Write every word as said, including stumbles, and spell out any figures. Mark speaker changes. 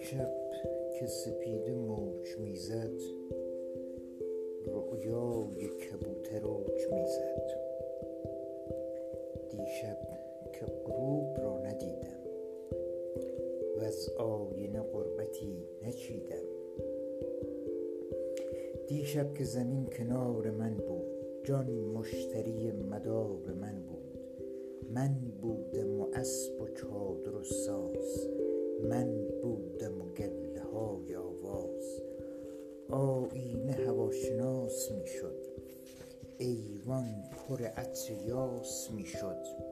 Speaker 1: دیشب که سپیده موج میزد، رؤیای کبوتر اوج میزد. دیشب که غروب را ندیدم و از آینه غربتی نچیدم. دیشب که زمین کنار من بود، جان مشتری مدار من بود. من بودم و اسب و چادر و ساز، من بودم و گله های آواز. آیینه هواشناس می شد، ایوان پر عطر یاس می شد.